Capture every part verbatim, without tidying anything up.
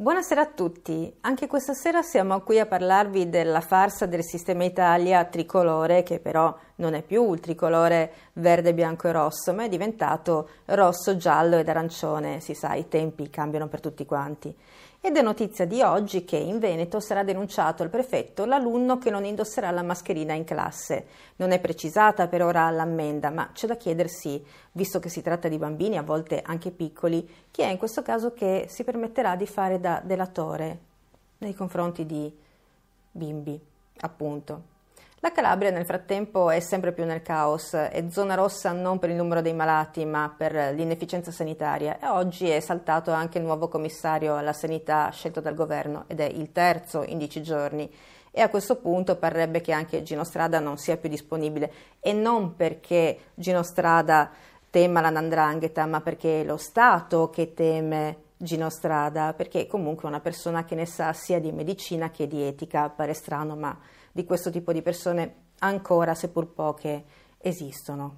Buonasera a tutti, anche questa sera siamo qui a parlarvi della farsa del sistema Italia tricolore, che però non è più il tricolore verde, bianco e rosso, ma è diventato rosso, giallo ed arancione. Si sa, i tempi cambiano per tutti quanti. Ed è notizia di oggi che in Veneto sarà denunciato al prefetto l'alunno che non indosserà la mascherina in classe. Non è precisata per ora l'ammenda, ma c'è da chiedersi, visto che si tratta di bambini, a volte anche piccoli, chi è in questo caso che si permetterà di fare da delatore nei confronti di bimbi, appunto. La Calabria nel frattempo è sempre più nel caos, è zona rossa non per il numero dei malati ma per l'inefficienza sanitaria, e oggi è saltato anche il nuovo commissario alla sanità scelto dal governo ed è il terzo in dieci giorni, e a questo punto parrebbe che anche Gino Strada non sia più disponibile, e non perché Gino Strada tema la 'ndrangheta, ma perché è lo Stato che teme Gino Strada, perché comunque è una persona che ne sa sia di medicina che di etica. Pare strano, ma di questo tipo di persone ancora, seppur poche, esistono.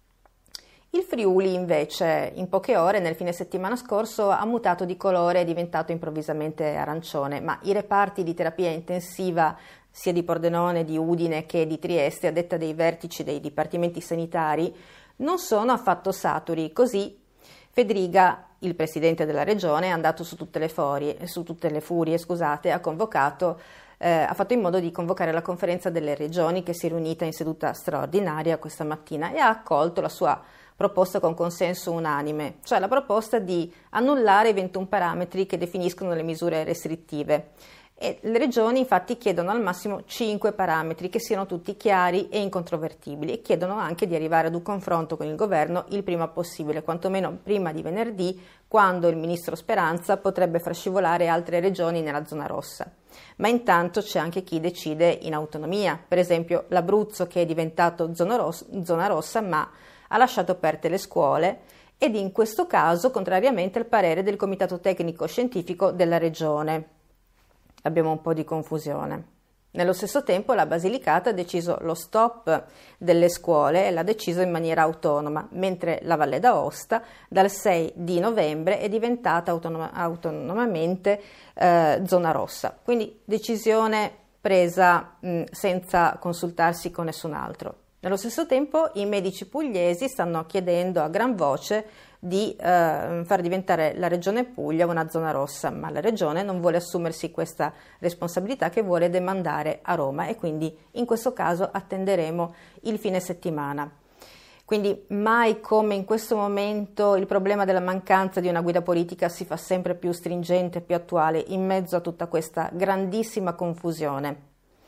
Il Friuli invece in poche ore, nel fine settimana scorso, ha mutato di colore, è diventato improvvisamente arancione, ma i reparti di terapia intensiva sia di Pordenone, di Udine che di Trieste, a detta dei vertici dei dipartimenti sanitari, non sono affatto saturi. Così Fedriga, il presidente della regione, è andato su tutte le furie, su tutte le furie scusate, ha convocato Eh, ha fatto in modo di convocare la conferenza delle regioni, che si è riunita in seduta straordinaria questa mattina, e ha accolto la sua proposta con consenso unanime, cioè la proposta di annullare i ventuno parametri che definiscono le misure restrittive. E le regioni infatti chiedono al massimo cinque parametri che siano tutti chiari e incontrovertibili, e chiedono anche di arrivare ad un confronto con il governo il prima possibile, quantomeno prima di venerdì, quando il ministro Speranza potrebbe far scivolare altre regioni nella zona rossa. Ma intanto c'è anche chi decide in autonomia, per esempio l'Abruzzo, che è diventato zona rossa, zona rossa ma ha lasciato aperte le scuole, ed in questo caso contrariamente al parere del Comitato Tecnico Scientifico della regione. Abbiamo un po' di confusione. Nello stesso tempo la Basilicata ha deciso lo stop delle scuole e l'ha deciso in maniera autonoma, mentre la Valle d'Aosta dal sei di novembre è diventata autonoma, autonomamente eh, zona rossa. Quindi decisione presa mh, senza consultarsi con nessun altro. Nello stesso tempo i medici pugliesi stanno chiedendo a gran voce di eh, far diventare la regione Puglia una zona rossa, ma la regione non vuole assumersi questa responsabilità, che vuole demandare a Roma, e quindi in questo caso attenderemo il fine settimana. Quindi mai come in questo momento il problema della mancanza di una guida politica si fa sempre più stringente, più attuale, in mezzo a tutta questa grandissima confusione.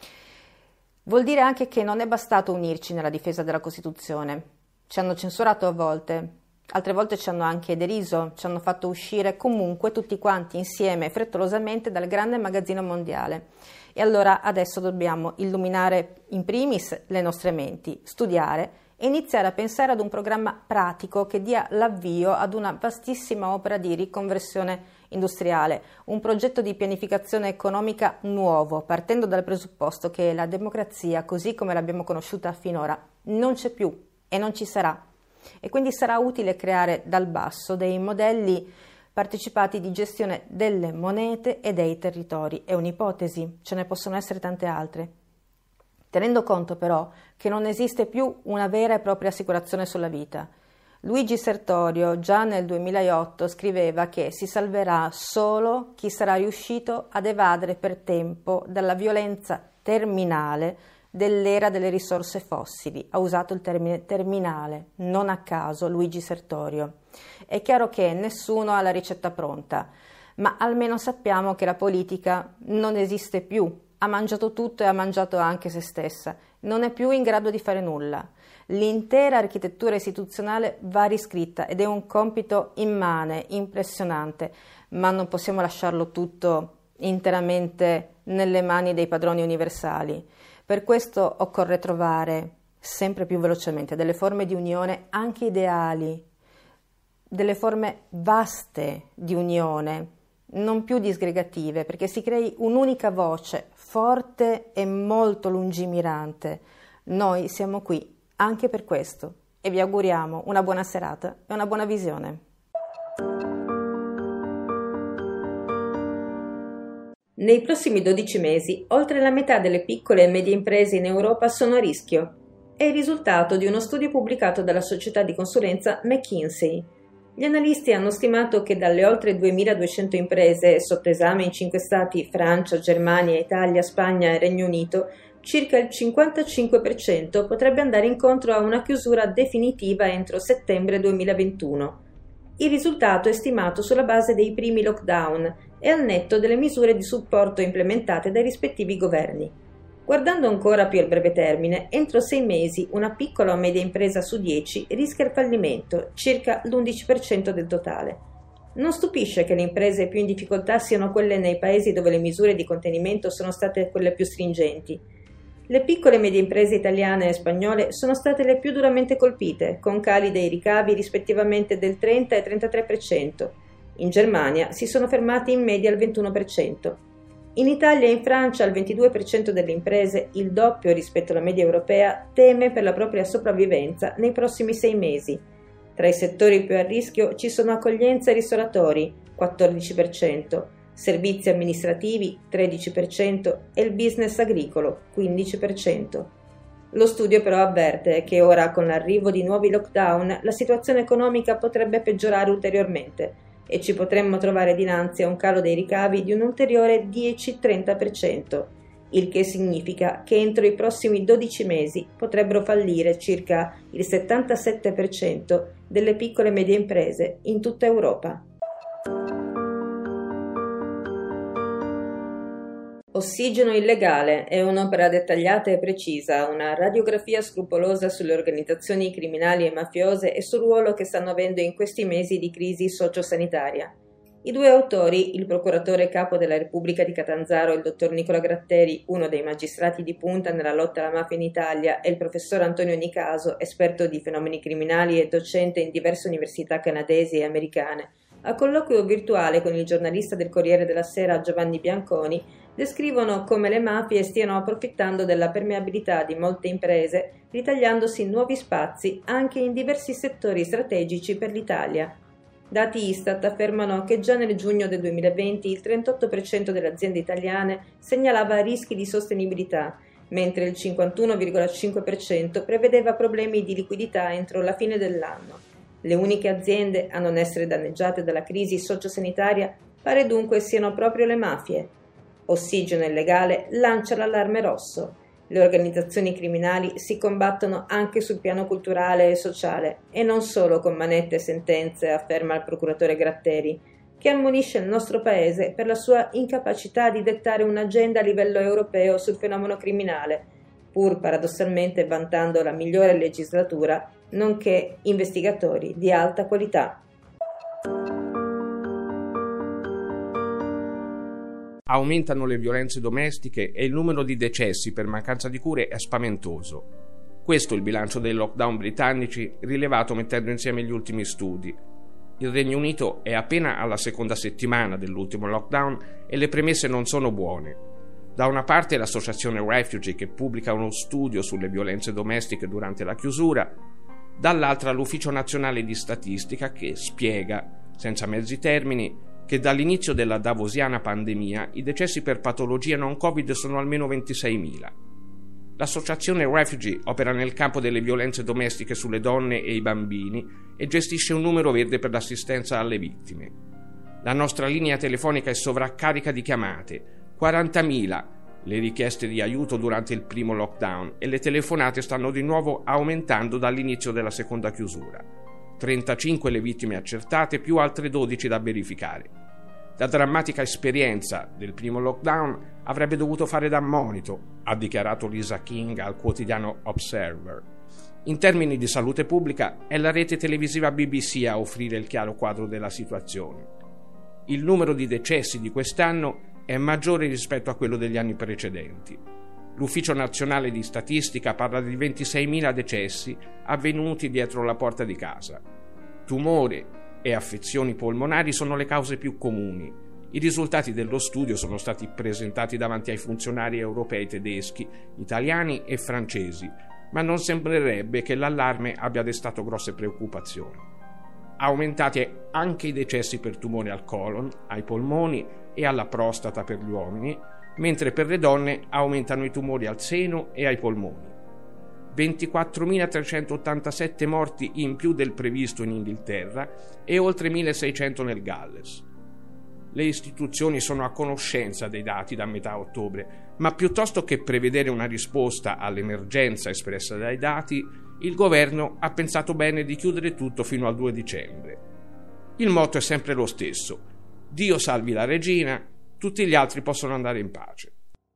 Vuol dire anche che non è bastato unirci nella difesa della Costituzione. Ci hanno censurato a volte, altre volte ci hanno anche deriso, ci hanno fatto uscire comunque tutti quanti insieme, frettolosamente, dal grande magazzino mondiale. E allora adesso dobbiamo illuminare in primis le nostre menti, studiare e iniziare a pensare ad un programma pratico che dia l'avvio ad una vastissima opera di riconversione industriale, un progetto di pianificazione economica nuovo, partendo dal presupposto che la democrazia, così come l'abbiamo conosciuta finora, non c'è più e non ci sarà. E quindi sarà utile creare dal basso dei modelli partecipati di gestione delle monete e dei territori. È un'ipotesi, ce ne possono essere tante altre. Tenendo conto però che non esiste più una vera e propria assicurazione sulla vita. Luigi Sertorio già nel duemilaotto scriveva che si salverà solo chi sarà riuscito ad evadere per tempo dalla violenza terminale dell'era delle risorse fossili. Ha usato il termine terminale, non a caso Luigi Sertorio. È chiaro che nessuno ha la ricetta pronta, ma almeno sappiamo che la politica non esiste più, ha mangiato tutto e ha mangiato anche se stessa, non è più in grado di fare nulla. L'intera architettura istituzionale va riscritta ed è un compito immane, impressionante, ma non possiamo lasciarlo tutto interamente nelle mani dei padroni universali. Per questo occorre trovare sempre più velocemente delle forme di unione anche ideali, delle forme vaste di unione, non più disgregative, perché si crei un'unica voce forte e molto lungimirante. Noi siamo qui anche per questo e vi auguriamo una buona serata e una buona visione. Nei prossimi dodici mesi, oltre la metà delle piccole e medie imprese in Europa sono a rischio. È il risultato di uno studio pubblicato dalla società di consulenza McKinsey. Gli analisti hanno stimato che dalle oltre duemiladuecento imprese sotto esame in cinque stati, Francia, Germania, Italia, Spagna e Regno Unito, circa il cinquantacinque per cento potrebbe andare incontro a una chiusura definitiva entro settembre duemilaventuno. Il risultato è stimato sulla base dei primi lockdown e al netto delle misure di supporto implementate dai rispettivi governi. Guardando ancora più al breve termine, entro sei mesi una piccola o media impresa su dieci rischia il fallimento, circa l'undici per cento del totale. Non stupisce che le imprese più in difficoltà siano quelle nei paesi dove le misure di contenimento sono state quelle più stringenti. Le piccole e medie imprese italiane e spagnole sono state le più duramente colpite, con cali dei ricavi rispettivamente del trenta e trentatré per cento. In Germania si sono fermati in media al ventuno per cento. In Italia e in Francia il ventidue per cento delle imprese, il doppio rispetto alla media europea, teme per la propria sopravvivenza nei prossimi sei mesi. Tra i settori più a rischio ci sono accoglienza e ristoratori, quattordici per cento, servizi amministrativi, tredici per cento e il business agricolo, quindici per cento. Lo studio però avverte che ora con l'arrivo di nuovi lockdown la situazione economica potrebbe peggiorare ulteriormente e ci potremmo trovare dinanzi a un calo dei ricavi di un ulteriore dieci trenta per cento, il che significa che entro i prossimi dodici mesi potrebbero fallire circa il settantasette per cento delle piccole e medie imprese in tutta Europa. Ossigeno illegale è un'opera dettagliata e precisa, una radiografia scrupolosa sulle organizzazioni criminali e mafiose e sul ruolo che stanno avendo in questi mesi di crisi sociosanitaria. I due autori, il procuratore capo della Repubblica di Catanzaro, il dottor Nicola Gratteri, uno dei magistrati di punta nella lotta alla mafia in Italia, e il professor Antonio Nicaso, esperto di fenomeni criminali e docente in diverse università canadesi e americane, a colloquio virtuale con il giornalista del Corriere della Sera Giovanni Bianconi, descrivono come le mafie stiano approfittando della permeabilità di molte imprese, ritagliandosi nuovi spazi anche in diversi settori strategici per l'Italia. Dati Istat affermano che già nel giugno del duemilaventi il trentotto per cento delle aziende italiane segnalava rischi di sostenibilità, mentre il cinquantuno virgola cinque per cento prevedeva problemi di liquidità entro la fine dell'anno. Le uniche aziende a non essere danneggiate dalla crisi sociosanitaria pare dunque siano proprio le mafie. Ossigeno illegale lancia l'allarme rosso. Le organizzazioni criminali si combattono anche sul piano culturale e sociale e non solo con manette e sentenze, afferma il procuratore Gratteri, che ammonisce il nostro paese per la sua incapacità di dettare un'agenda a livello europeo sul fenomeno criminale, pur paradossalmente vantando la migliore legislatura, nonché investigatori di alta qualità. Aumentano le violenze domestiche e il numero di decessi per mancanza di cure è spaventoso. Questo è il bilancio dei lockdown britannici rilevato mettendo insieme gli ultimi studi. Il Regno Unito è appena alla seconda settimana dell'ultimo lockdown e le premesse non sono buone. Da una parte l'associazione Refugee che pubblica uno studio sulle violenze domestiche durante la chiusura, dall'altra l'Ufficio Nazionale di Statistica che spiega, senza mezzi termini, che dall'inizio della davosiana pandemia i decessi per patologie non Covid sono almeno ventiseimila. L'associazione Refugee opera nel campo delle violenze domestiche sulle donne e i bambini e gestisce un numero verde per l'assistenza alle vittime. La nostra linea telefonica è sovraccarica di chiamate, quarantamila le richieste di aiuto durante il primo lockdown e le telefonate stanno di nuovo aumentando dall'inizio della seconda chiusura. trentacinque le vittime accertate più altre dodici da verificare. La drammatica esperienza del primo lockdown avrebbe dovuto fare da monito, ha dichiarato Lisa King al quotidiano Observer. In termini di salute pubblica è la rete televisiva B B C a offrire il chiaro quadro della situazione. Il numero di decessi di quest'anno è maggiore rispetto a quello degli anni precedenti. L'Ufficio Nazionale di Statistica parla di ventiseimila decessi avvenuti dietro la porta di casa. Tumore e affezioni polmonari sono le cause più comuni. I risultati dello studio sono stati presentati davanti ai funzionari europei tedeschi, italiani e francesi, ma non sembrerebbe che l'allarme abbia destato grosse preoccupazioni. Aumentati anche i decessi per tumore al colon, ai polmoni e alla prostata per gli uomini, mentre per le donne aumentano i tumori al seno e ai polmoni. ventiquattromilatrecentottantasette morti in più del previsto in Inghilterra e oltre milleseicento nel Galles. Le istituzioni sono a conoscenza dei dati da metà ottobre, ma piuttosto che prevedere una risposta all'emergenza espressa dai dati, il governo ha pensato bene di chiudere tutto fino al due dicembre. Il motto è sempre lo stesso: Dio salvi la regina, tutti gli altri possono andare in pace.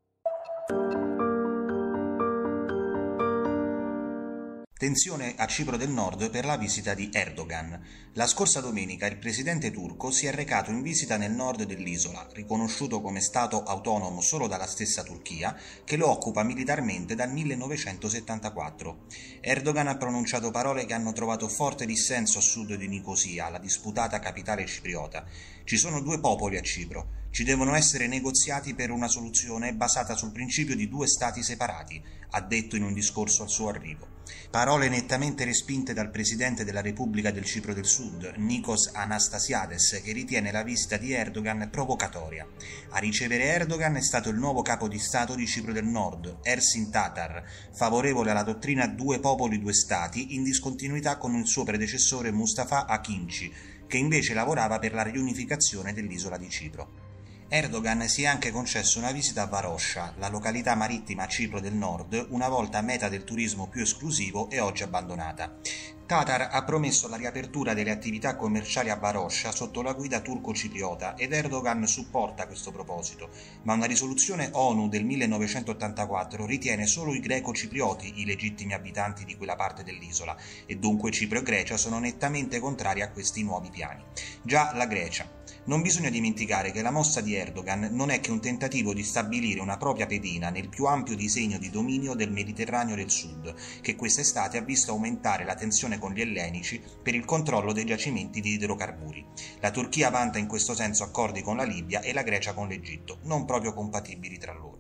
Tensione a Cipro del Nord per la visita di Erdogan. La scorsa domenica il presidente turco si è recato in visita nel nord dell'isola, riconosciuto come stato autonomo solo dalla stessa Turchia, che lo occupa militarmente dal millenovecentosettantaquattro. Erdogan ha pronunciato parole che hanno trovato forte dissenso a sud di Nicosia, la disputata capitale cipriota. Ci sono due popoli a Cipro. Ci devono essere negoziati per una soluzione basata sul principio di due stati separati, ha detto in un discorso al suo arrivo. Parole nettamente respinte dal presidente della Repubblica del Cipro del Sud, Nikos Anastasiades, che ritiene la visita di Erdogan provocatoria. A ricevere Erdogan è stato il nuovo capo di Stato di Cipro del Nord, Ersin Tatar, favorevole alla dottrina due popoli due stati, in discontinuità con il suo predecessore Mustafa Akinci, che invece lavorava per la riunificazione dell'isola di Cipro. Erdogan si è anche concesso una visita a Varosha, la località marittima a Cipro del Nord, una volta meta del turismo più esclusivo e oggi abbandonata. Tatar ha promesso la riapertura delle attività commerciali a Varosha sotto la guida turco-cipriota ed Erdogan supporta questo proposito, ma una risoluzione ONU del millenovecentottantaquattro ritiene solo i greco-ciprioti i legittimi abitanti di quella parte dell'isola e dunque Cipro e Grecia sono nettamente contrari a questi nuovi piani. Già la Grecia. Non bisogna dimenticare che la mossa di Erdogan non è che un tentativo di stabilire una propria pedina nel più ampio disegno di dominio del Mediterraneo del Sud, che quest'estate ha visto aumentare la tensione con gli ellenici per il controllo dei giacimenti di idrocarburi. La Turchia vanta in questo senso accordi con la Libia e la Grecia con l'Egitto, non proprio compatibili tra loro.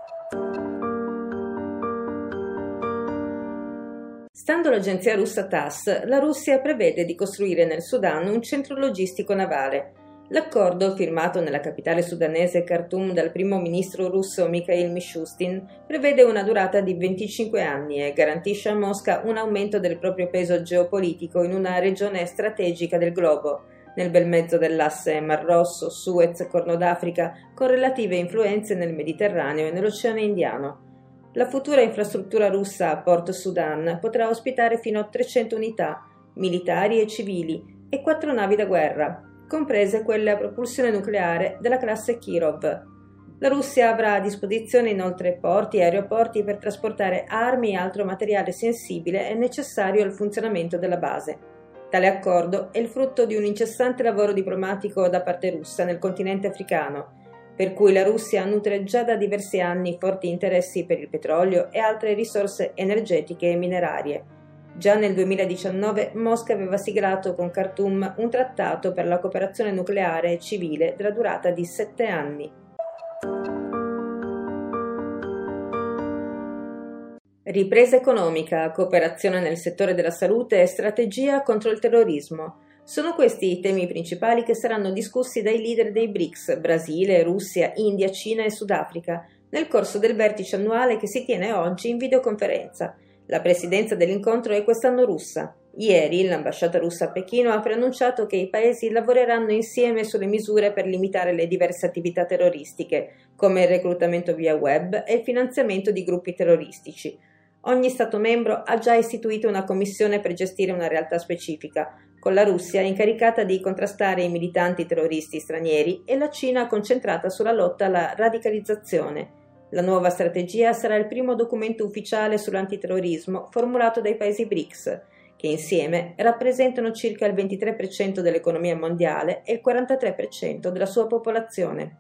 Stando all'agenzia russa TASS, la Russia prevede di costruire nel Sudan un centro logistico navale. L'accordo, firmato nella capitale sudanese Khartoum dal primo ministro russo Mikhail Mishustin, prevede una durata di venticinque anni e garantisce a Mosca un aumento del proprio peso geopolitico in una regione strategica del globo, nel bel mezzo dell'asse Mar Rosso, Suez, Corno d'Africa, con relative influenze nel Mediterraneo e nell'Oceano Indiano. La futura infrastruttura russa a Port Sudan potrà ospitare fino a trecento unità, militari e civili, e quattro navi da guerra, comprese quelle a propulsione nucleare della classe Kirov. La Russia avrà a disposizione inoltre porti e aeroporti per trasportare armi e altro materiale sensibile e necessario al funzionamento della base. Tale accordo è il frutto di un incessante lavoro diplomatico da parte russa nel continente africano, per cui la Russia nutre già da diversi anni forti interessi per il petrolio e altre risorse energetiche e minerarie. Già nel duemiladiciannove Mosca aveva siglato con Khartoum un trattato per la cooperazione nucleare e civile della durata di sette anni. Ripresa economica, cooperazione nel settore della salute e strategia contro il terrorismo. Sono questi i temi principali che saranno discussi dai leader dei BRICS, Brasile, Russia, India, Cina e Sudafrica, nel corso del vertice annuale che si tiene oggi in videoconferenza. La presidenza dell'incontro è quest'anno russa. Ieri l'ambasciata russa a Pechino ha preannunciato che i paesi lavoreranno insieme sulle misure per limitare le diverse attività terroristiche, come il reclutamento via web e il finanziamento di gruppi terroristici. Ogni Stato membro ha già istituito una commissione per gestire una realtà specifica, con la Russia incaricata di contrastare i militanti terroristi stranieri e la Cina concentrata sulla lotta alla radicalizzazione. La nuova strategia sarà il primo documento ufficiale sull'antiterrorismo formulato dai paesi BRICS, che insieme rappresentano circa il ventitré per cento dell'economia mondiale e il quarantatré per cento della sua popolazione.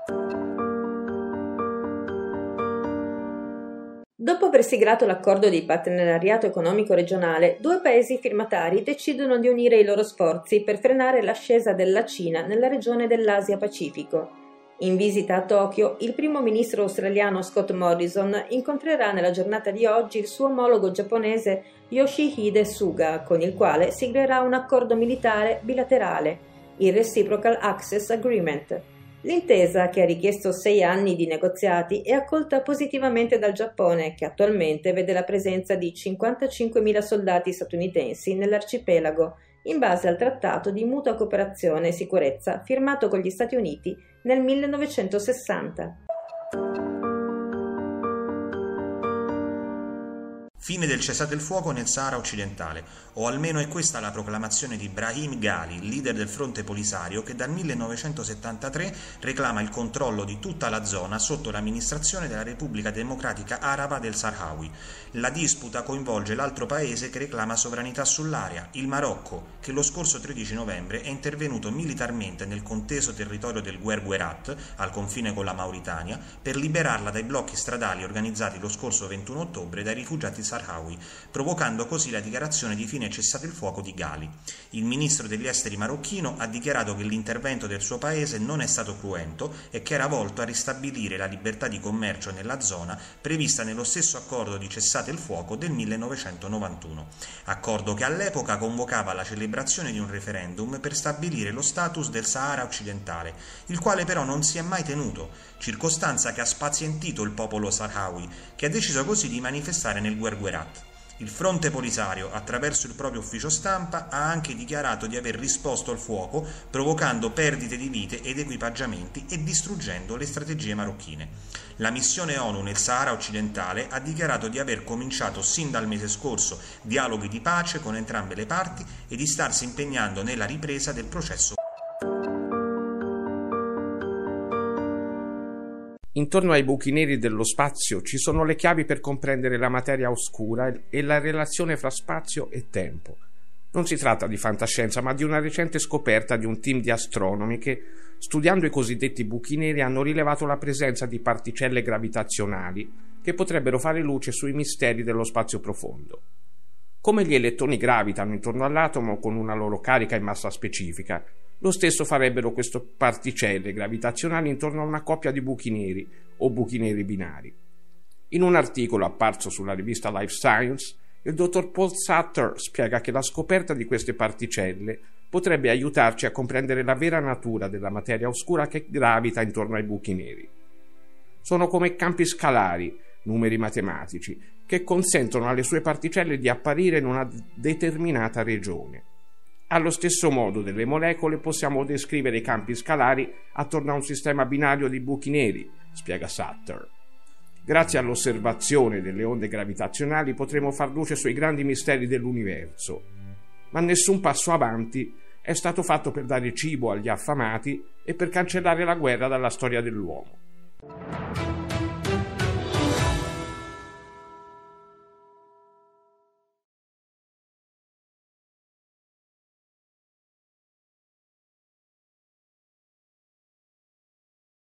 Dopo aver siglato l'accordo di partenariato economico regionale, due paesi firmatari decidono di unire i loro sforzi per frenare l'ascesa della Cina nella regione dell'Asia-Pacifico. In visita a Tokyo, il primo ministro australiano Scott Morrison incontrerà nella giornata di oggi il suo omologo giapponese Yoshihide Suga, con il quale siglerà un accordo militare bilaterale, il Reciprocal Access Agreement. L'intesa, che ha richiesto sei anni di negoziati, è accolta positivamente dal Giappone, che attualmente vede la presenza di cinquantacinquemila soldati statunitensi nell'arcipelago, in base al trattato di mutua cooperazione e sicurezza firmato con gli Stati Uniti nel millenovecentosessanta. Fine del cessate il fuoco nel Sahara occidentale, o almeno è questa la proclamazione di Brahim Ghali, leader del fronte Polisario, che dal millenovecentosettantatré reclama il controllo di tutta la zona sotto l'amministrazione della Repubblica Democratica Araba del Sahrawi. La disputa coinvolge l'altro paese che reclama sovranità sull'area, il Marocco, che lo scorso tredici novembre è intervenuto militarmente nel conteso territorio del Guerguerat, al confine con la Mauritania, per liberarla dai blocchi stradali organizzati lo scorso ventuno ottobre dai rifugiati Sahrawi, provocando così la dichiarazione di fine cessate il fuoco di Ghali. Il ministro degli esteri marocchino ha dichiarato che l'intervento del suo paese non è stato cruento e che era volto a ristabilire la libertà di commercio nella zona prevista nello stesso accordo di cessate il fuoco del millenovecentonovantuno, accordo che all'epoca convocava la celebrazione di un referendum per stabilire lo status del Sahara occidentale, il quale però non si è mai tenuto, circostanza che ha spazientito il popolo sahrawi, che ha deciso così di manifestare nel Guerguerat. Il fronte Polisario, attraverso il proprio ufficio stampa, ha anche dichiarato di aver risposto al fuoco, provocando perdite di vite ed equipaggiamenti e distruggendo le strategie marocchine. La missione ONU nel Sahara occidentale ha dichiarato di aver cominciato sin dal mese scorso dialoghi di pace con entrambe le parti e di starsi impegnando nella ripresa del processo. Intorno ai buchi neri dello spazio ci sono le chiavi per comprendere la materia oscura e la relazione fra spazio e tempo. Non si tratta di fantascienza, ma di una recente scoperta di un team di astronomi che, studiando i cosiddetti buchi neri, hanno rilevato la presenza di particelle gravitazionali che potrebbero fare luce sui misteri dello spazio profondo. Come gli elettroni gravitano intorno all'atomo con una loro carica e massa specifica, lo stesso farebbero queste particelle gravitazionali intorno a una coppia di buchi neri o buchi neri binari. In un articolo apparso sulla rivista Life Science, il dottor Paul Sutter spiega che la scoperta di queste particelle potrebbe aiutarci a comprendere la vera natura della materia oscura che gravita intorno ai buchi neri. Sono come campi scalari, numeri matematici, che consentono alle sue particelle di apparire in una determinata regione. Allo stesso modo delle molecole possiamo descrivere i campi scalari attorno a un sistema binario di buchi neri, spiega Sutter. Grazie all'osservazione delle onde gravitazionali potremo far luce sui grandi misteri dell'universo, ma nessun passo avanti è stato fatto per dare cibo agli affamati e per cancellare la guerra dalla storia dell'uomo.